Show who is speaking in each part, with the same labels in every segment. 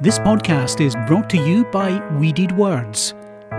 Speaker 1: This podcast is brought to you by Weeded Words.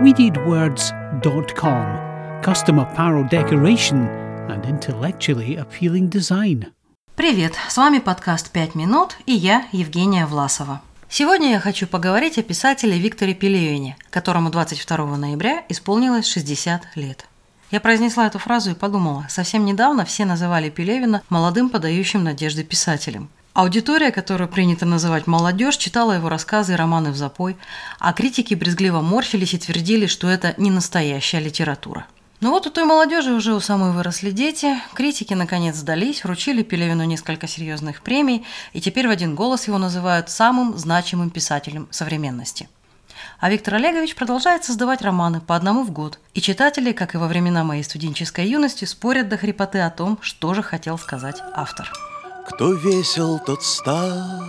Speaker 1: weededwords.com. Custom apparel decoration and intellectually appealing design.
Speaker 2: Привет, с вами подкаст «5 минут» и я, Евгения Власова. Сегодня я хочу поговорить о писателе Викторе Пелевине, которому 22 ноября исполнилось 60 лет. Я произнесла эту фразу и подумала, совсем недавно все называли Пелевина молодым, подающим надежды писателем. Аудитория, которую принято называть молодежь, читала его рассказы и романы в запой, а критики брезгливо морщились и твердили, что это не настоящая литература. Но вот у той молодежи уже у самой выросли дети, критики наконец сдались, вручили Пелевину несколько серьезных премий, и теперь в один голос его называют самым значимым писателем современности. А Виктор Олегович продолжает создавать романы по одному в год, и читатели, как и во времена моей студенческой юности, спорят до хрипоты о том, что же хотел сказать автор.
Speaker 3: Кто весел, тот стар,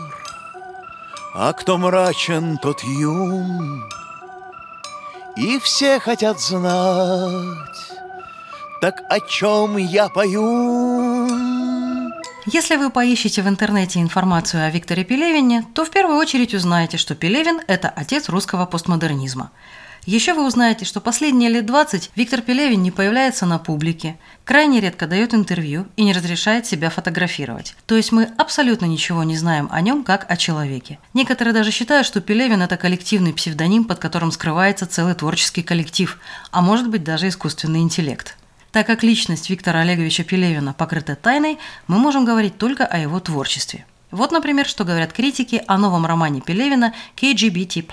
Speaker 3: а кто мрачен, тот юн. И все хотят знать, так о чем я пою.
Speaker 2: Если вы поищете в интернете информацию о Викторе Пелевине, то в первую очередь узнаете, что Пелевин – это отец русского постмодернизма. Еще вы узнаете, что последние лет 20 Виктор Пелевин не появляется на публике, крайне редко дает интервью и не разрешает себя фотографировать. То есть мы абсолютно ничего не знаем о нем как о человеке. Некоторые даже считают, что Пелевин – это коллективный псевдоним, под которым скрывается целый творческий коллектив, а может быть даже искусственный интеллект. Так как личность Виктора Олеговича Пелевина покрыта тайной, мы можем говорить только о его творчестве. Вот, например, что говорят критики о новом романе Пелевина «KGBT+».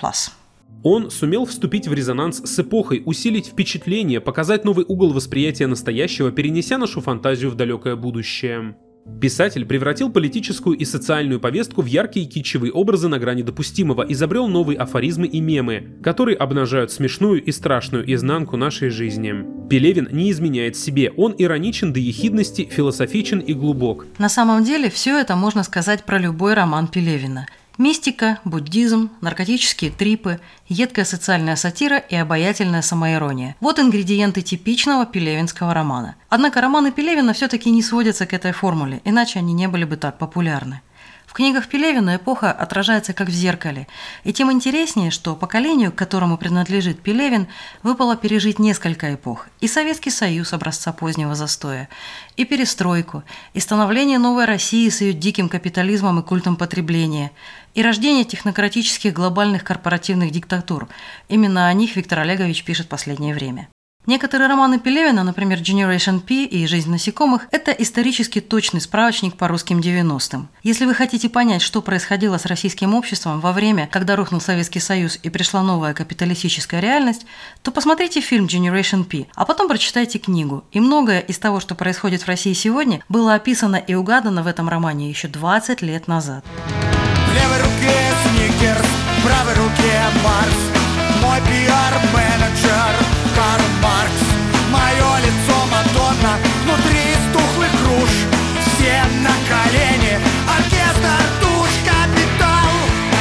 Speaker 4: Он сумел вступить в резонанс с эпохой, усилить впечатление, показать новый угол восприятия настоящего, перенеся нашу фантазию в далекое будущее. Писатель превратил политическую и социальную повестку в яркие китчевые образы на грани допустимого, изобрел новые афоризмы и мемы, которые обнажают смешную и страшную изнанку нашей жизни. Пелевин не изменяет себе, он ироничен до ехидности, философичен и глубок.
Speaker 2: На самом деле, все это можно сказать про любой роман Пелевина. Мистика, буддизм, наркотические трипы, едкая социальная сатира и обаятельная самоирония – вот ингредиенты типичного пелевинского романа. Однако романы Пелевина все-таки не сводятся к этой формуле, иначе они не были бы так популярны. В книгах Пелевина эпоха отражается как в зеркале, и тем интереснее, что поколению, к которому принадлежит Пелевин, выпало пережить несколько эпох – и Советский Союз образца позднего застоя, и перестройку, и становление новой России с ее диким капитализмом и культом потребления, и рождение технократических глобальных корпоративных диктатур. Именно о них Виктор Олегович пишет в последнее время. Некоторые романы Пелевина, например, Generation P и «Жизнь насекомых», это исторически точный справочник по русским 90-м. Если вы хотите понять, что происходило с российским обществом во время, когда рухнул Советский Союз и пришла новая капиталистическая реальность, то посмотрите фильм Generation P, а потом прочитайте книгу. И многое из того, что происходит в России сегодня, было описано и угадано в этом романе еще 20 лет назад.
Speaker 5: В левой руке Сникерс, в правой руке Марс. Мой пиар-менеджер Карл Маркс. Мое лицо Мадонна, внутри тухлых груш. Все на колени, оркестр душ, капитал.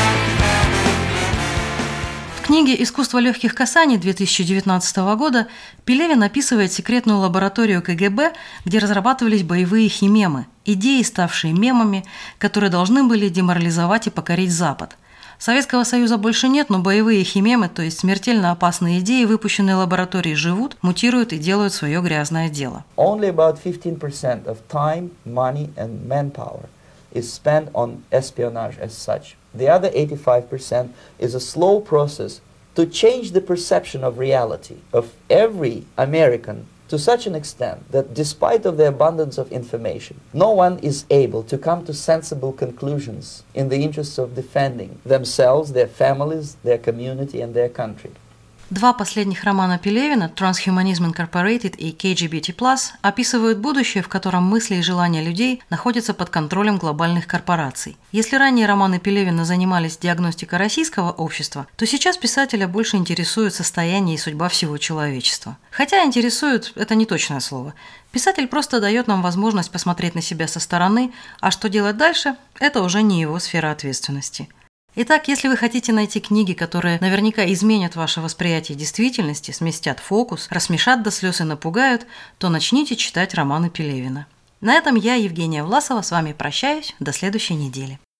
Speaker 2: В книге «Искусство легких касаний» 2019 года Пелевин описывает секретную лабораторию КГБ, где разрабатывались боевые химемы, идеи, ставшие мемами, которые должны были деморализовать и покорить Запад. Советского Союза больше нет, но боевые химемы, то есть смертельно опасные идеи, выпущенные лабораторией, живут, мутируют и делают свое грязное дело.
Speaker 6: Only about 15% of time, money and manpower is spent on espionage as such. The other 85% is a slow process to change the perception of reality of every American to such an extent that despite of the abundance of information, no one is able to come to sensible conclusions in the interests of defending themselves, their families, their community and their country.
Speaker 2: Два последних романа Пелевина «Transhumanism Incorporated» и «KGBT+» описывают будущее, в котором мысли и желания людей находятся под контролем глобальных корпораций. Если ранее романы Пелевина занимались диагностикой российского общества, то сейчас писателя больше интересует состояние и судьба всего человечества. Хотя «интересует» – это не точное слово. Писатель просто дает нам возможность посмотреть на себя со стороны, а что делать дальше – это уже не его сфера ответственности. Итак, если вы хотите найти книги, которые наверняка изменят ваше восприятие действительности, сместят фокус, рассмешат до слез и напугают, то начните читать романы Пелевина. На этом я, Евгения Власова, с вами прощаюсь. До следующей недели.